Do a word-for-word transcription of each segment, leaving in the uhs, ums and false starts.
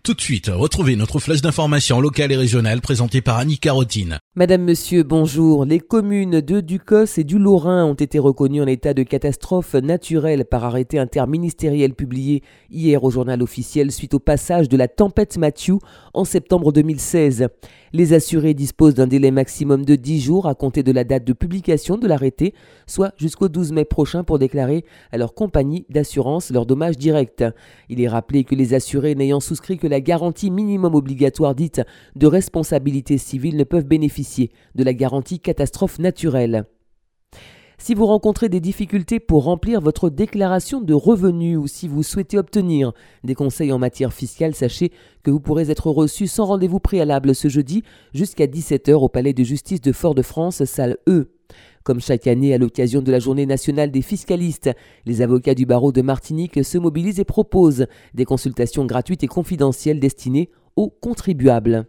Tout de suite, retrouvez notre flash d'information locale et régionale présenté par Annie Carotine. Madame, Monsieur, bonjour. Les communes de Ducos et du Lorrain ont été reconnues en état de catastrophe naturelle par arrêté interministériel publié hier au journal officiel suite au passage de la tempête Matthew en septembre deux mille seize. Les assurés disposent d'un délai maximum de dix jours à compter de la date de publication de l'arrêté, soit jusqu'au douze mai prochain pour déclarer à leur compagnie d'assurance leurs dommages directs. Il est rappelé que les assurés n'ayant souscrit que la garantie minimum obligatoire dite de responsabilité civile ne peuvent bénéficier de la garantie catastrophe naturelle. Si vous rencontrez des difficultés pour remplir votre déclaration de revenus ou si vous souhaitez obtenir des conseils en matière fiscale, sachez que vous pourrez être reçu sans rendez-vous préalable ce jeudi jusqu'à dix-sept heures au Palais de justice de Fort-de-France, salle E. Comme chaque année à l'occasion de la Journée nationale des fiscalistes, les avocats du barreau de Martinique se mobilisent et proposent des consultations gratuites et confidentielles destinées aux contribuables.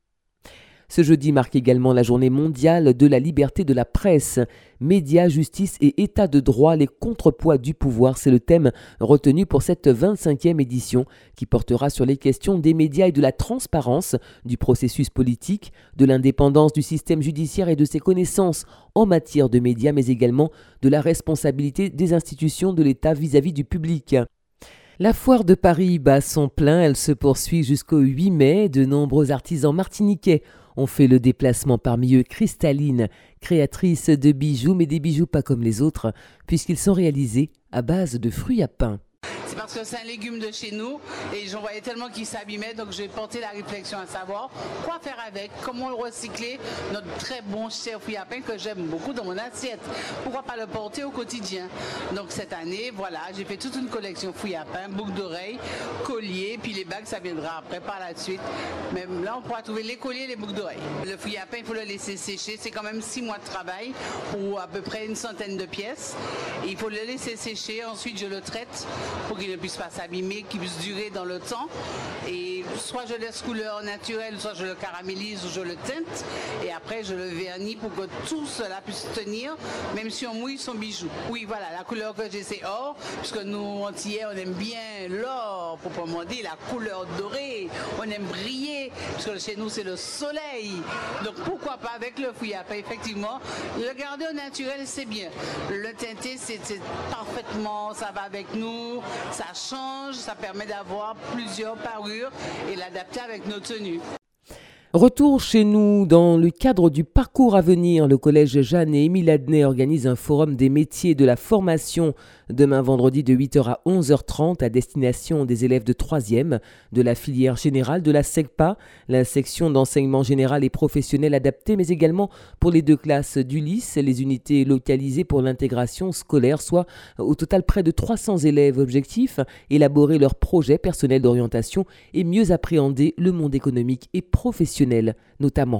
Ce jeudi marque également la journée mondiale de la liberté de la presse. Médias, justice et état de droit, les contrepoids du pouvoir, c'est le thème retenu pour cette vingt-cinquième édition qui portera sur les questions des médias et de la transparence du processus politique, de l'indépendance du système judiciaire et de ses connaissances en matière de médias, mais également de la responsabilité des institutions de l'État vis-à-vis du public. La foire de Paris bat son plein, elle se poursuit jusqu'au huit mai. De nombreux artisans martiniquais ont fait le déplacement, parmi eux Cristalline, créatrice de bijoux, mais des bijoux pas comme les autres, puisqu'ils sont réalisés à base de fruits à pain. C'est parce que c'est un légume de chez nous et j'en voyais tellement qu'il s'abîmait, donc j'ai porté la réflexion à savoir quoi faire avec, comment le recycler, notre très bon cher fruit à pain que j'aime beaucoup dans mon assiette. Pourquoi pas le porter au quotidien? Donc cette année, voilà, j'ai fait toute une collection fruits à pain, boucles d'oreilles, colliers, puis les bagues, ça viendra après par la suite. Mais là, on pourra trouver les colliers et les boucles d'oreilles. Le fruit à pain, il faut le laisser sécher, c'est quand même six mois de travail pour à peu près une centaine de pièces. Et il faut le laisser sécher, ensuite je le traite pour qu'il ne puisse pas s'abîmer, qu'il puisse durer dans le temps. Et soit je laisse couleur naturelle, soit je le caramélise ou je le teinte. Et après, je le vernis pour que tout cela puisse tenir, même si on mouille son bijou. Oui, voilà, la couleur que j'ai, c'est or, puisque nous, Antillais, on aime bien l'or, proprement dit, la couleur dorée. On aime briller, puisque chez nous, c'est le soleil. Donc, pourquoi pas avec le fruit à pain, effectivement. Le garder au naturel, c'est bien. Le teinter, c'est, c'est parfaitement, ça va avec nous. Ça change, ça permet d'avoir plusieurs parures et l'adapter avec nos tenues. Retour chez nous, dans le cadre du parcours à venir, le collège Jeanne et Émile Adnet organise un forum des métiers de la formation demain vendredi de huit heures à onze heures trente à destination des élèves de troisième de la filière générale de la SECPA, la section d'enseignement général et professionnel adapté, mais également pour les deux classes d'Ulysse, les unités localisées pour l'intégration scolaire, soit au total près de trois cents élèves. Objectif, élaborer leur projet personnel d'orientation et mieux appréhender le monde économique et professionnel notamment.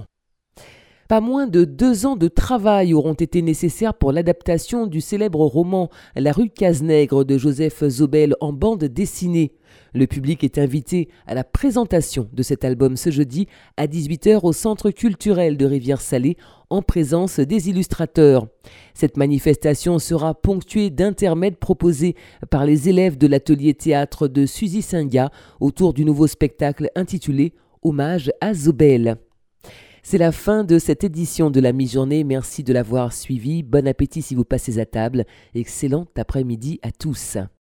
Pas moins de deux ans de travail auront été nécessaires pour l'adaptation du célèbre roman La rue Cazenègre de Joseph Zobel en bande dessinée. Le public est invité à la présentation de cet album ce jeudi à dix-huit heures au Centre culturel de Rivière-Salée en présence des illustrateurs. Cette manifestation sera ponctuée d'intermèdes proposés par les élèves de l'atelier théâtre de Suzy Singa autour du nouveau spectacle intitulé Hommage à Zobel. C'est la fin de cette édition de la mi-journée. Merci de l'avoir suivi. Bon appétit si vous passez à table. Excellent après-midi à tous.